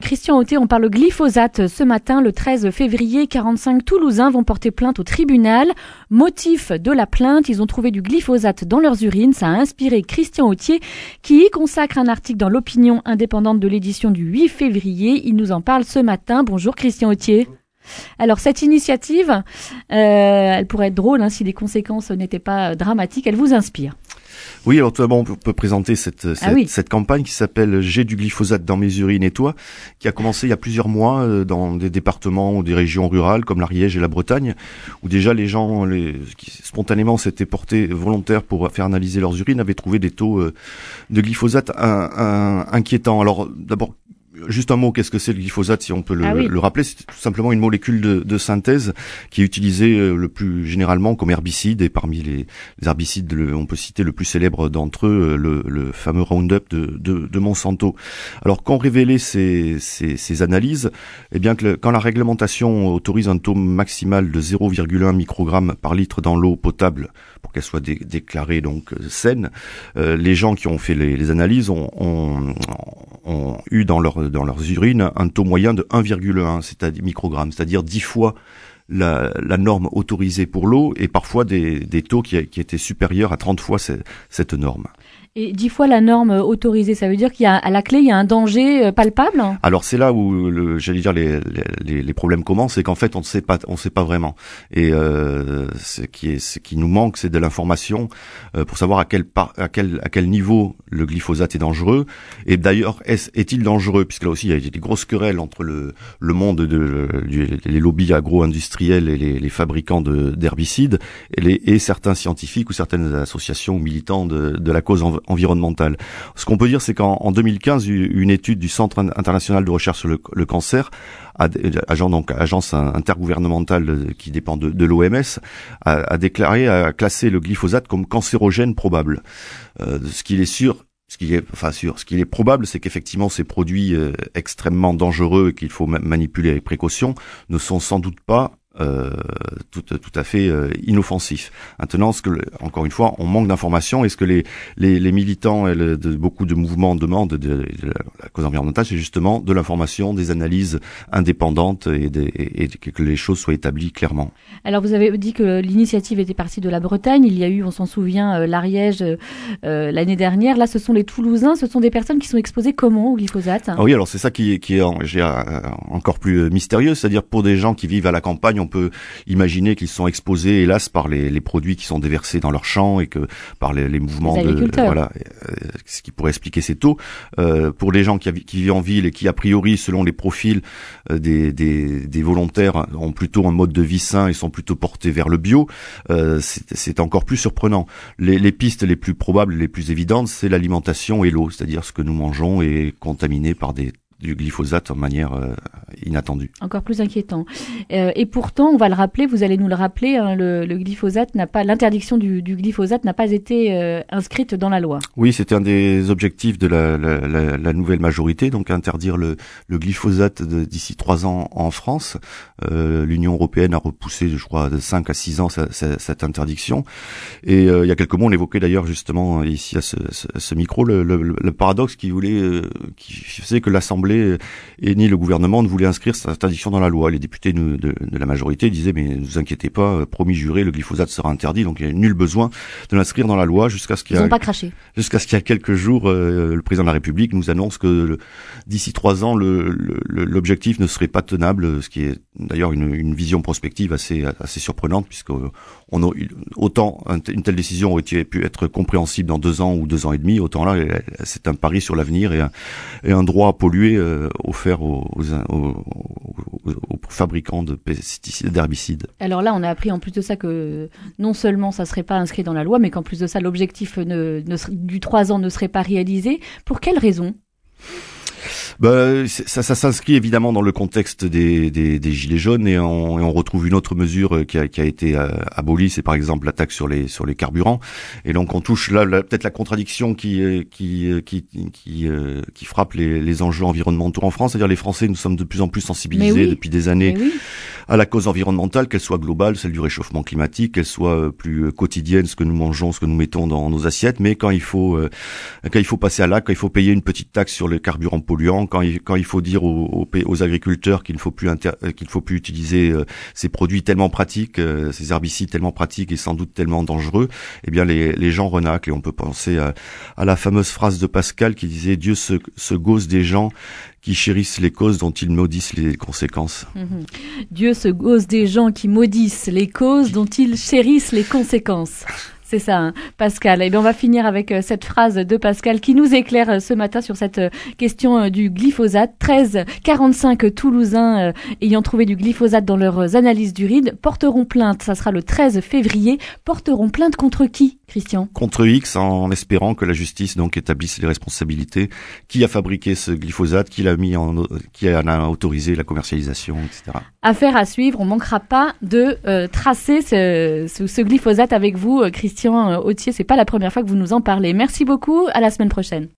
Christian Auté, on parle glyphosate. Ce matin, le 13 février, 45 Toulousains vont porter plainte au tribunal. Motif de la plainte, ils ont trouvé du glyphosate dans leurs urines. Ça a inspiré Christian Auté, qui y consacre un article dans l'Opinion indépendante de l'édition du 8 février. Il nous en parle ce matin. Bonjour Christian Auté. Alors cette initiative, elle pourrait être drôle si les conséquences n'étaient pas dramatiques. Elle vous inspire? Oui, alors tout d'abord, on peut présenter cette campagne qui s'appelle « J'ai du glyphosate dans mes urines et toi », qui a commencé il y a plusieurs mois dans des départements ou des régions rurales comme l'Ariège et la Bretagne, où déjà les gens qui spontanément s'étaient portés volontaires pour faire analyser leurs urines avaient trouvé des taux de glyphosate inquiétants. Alors d'abord, juste un mot, qu'est-ce que c'est le glyphosate, si on peut le rappeler? C'est tout simplement une molécule de synthèse qui est utilisée le plus généralement comme herbicide, et parmi les herbicides, on peut citer le plus célèbre d'entre eux, le fameux Roundup de Monsanto. Alors qu'ont révélé ces analyses? Eh bien que quand la réglementation autorise un taux maximal de 0,1 microgramme par litre dans l'eau potable pour qu'elle soit déclarée donc saine, les gens qui ont fait les analyses ont eu dans leurs urines un taux moyen de 1,1 c'est-à-dire microgrammes, c'est-à-dire 10 fois la norme autorisée pour l'eau, et parfois des taux qui étaient supérieurs à 30 fois cette norme. Et 10 fois la norme autorisée, ça veut dire à la clé, il y a un danger palpable? Alors c'est là où les problèmes commencent, c'est qu'en fait on ne sait pas vraiment. Et ce qui nous manque, c'est de l'information pour savoir à quel niveau le glyphosate est dangereux. Et d'ailleurs, est-il dangereux, puisque là aussi il y a des grosses querelles entre le monde les lobbies agro-industriels et les fabricants d'herbicides et certains scientifiques ou certaines associations ou militants de la cause environnementale. Ce qu'on peut dire, c'est qu'en 2015, une étude du Centre international de recherche sur le cancer, agence intergouvernementale qui dépend de l'OMS, a classé le glyphosate comme cancérogène probable. Ce qu'il est probable, c'est qu'effectivement ces produits extrêmement dangereux et qu'il faut manipuler avec précaution ne sont sans doute pas tout à fait inoffensif. Maintenant, encore une fois, on manque d'informations, et ce que les militants de beaucoup de mouvements demandent de la cause environnementale, c'est justement de l'information, des analyses indépendantes et que les choses soient établies clairement. Alors vous avez dit que l'initiative était partie de la Bretagne. Il y a eu, on s'en souvient, l'Ariège l'année dernière. Là, ce sont les Toulousains. Ce sont des personnes qui sont exposées comment au glyphosate? Oui, alors c'est ça qui est encore plus mystérieux, c'est-à-dire pour des gens qui vivent à la campagne, on peut imaginer qu'ils sont exposés, hélas, par les produits qui sont déversés dans leurs champs et que par les mouvements ce qui pourrait expliquer ces taux. Pour les gens qui vivent en ville et qui, a priori, selon les profils des volontaires, ont plutôt un mode de vie sain et sont plutôt portés vers le bio, c'est encore plus surprenant. Les pistes les plus probables, les plus évidentes, c'est l'alimentation et l'eau, c'est-à-dire ce que nous mangeons est contaminé par du glyphosate en manière inattendue. Encore plus inquiétant. Et pourtant, on va le rappeler, vous allez nous le rappeler, le glyphosate l'interdiction du glyphosate n'a pas été inscrite dans la loi. Oui, c'était un des objectifs de la nouvelle majorité, donc interdire le glyphosate d'ici 3 ans en France. L'Union européenne a repoussé, je crois, de 5 à 6 ans cette interdiction. Et il y a quelques mois, on évoquait d'ailleurs justement ici à ce micro le paradoxe qui faisait que l'Assemblée et ni le gouvernement ne voulaient inscrire cette interdiction dans la loi. Les députés de la majorité disaient mais ne vous inquiétez pas, promis juré, le glyphosate sera interdit, donc il n'y a nul besoin de l'inscrire dans la loi jusqu'à ce qu'il y a quelques jours, le président de la République nous annonce que d'ici 3 ans l'objectif ne serait pas tenable, ce qui est d'ailleurs une vision prospective assez surprenante, puisque autant une telle décision aurait pu être compréhensible dans 2 ans ou 2 ans et demi, autant là c'est un pari sur l'avenir et un droit à polluer offert aux fabricants de pesticides, d'herbicides. Alors là, on a appris en plus de ça que non seulement ça serait pas inscrit dans la loi, mais qu'en plus de ça, l'objectif du 3 ans ne serait pas réalisé. Pour quelles raisons? Ça s'inscrit évidemment dans le contexte des gilets jaunes, et on retrouve une autre mesure qui a été abolie, c'est par exemple la taxe sur les carburants. Et donc on touche là peut-être la contradiction qui frappe les enjeux environnementaux en France, c'est-à-dire les Français, nous sommes de plus en plus sensibilisés depuis des années à la cause environnementale, qu'elle soit globale, celle du réchauffement climatique, qu'elle soit plus quotidienne, ce que nous mangeons, ce que nous mettons dans nos assiettes, mais quand il faut passer à l'acte, quand il faut payer une petite taxe sur les carburants polluants, quand il faut dire aux agriculteurs qu'il ne faut plus utiliser ces produits tellement pratiques, ces herbicides tellement pratiques et sans doute tellement dangereux, eh bien les gens renaclent. Et on peut penser à la fameuse phrase de Pascal qui disait: Dieu se gausse des gens qui chérissent les causes dont ils maudissent les conséquences. Dieu se gausse des gens qui maudissent les causes dont ils chérissent les conséquences. C'est ça, hein, Pascal. Et bien, on va finir avec cette phrase de Pascal qui nous éclaire ce matin sur cette question du glyphosate. 13,45 Toulousains ayant trouvé du glyphosate dans leurs analyses d'urine porteront plainte. Ça sera le 13 février. Porteront plainte contre qui, Christian? Contre X, en espérant que la justice donc établisse les responsabilités. Qui a fabriqué ce glyphosate? Qui qui en a autorisé la commercialisation, etc. Affaire à suivre. On manquera pas de tracer ce glyphosate avec vous, Christian Authier. C'est pas la première fois que vous nous en parlez. Merci beaucoup. À la semaine prochaine.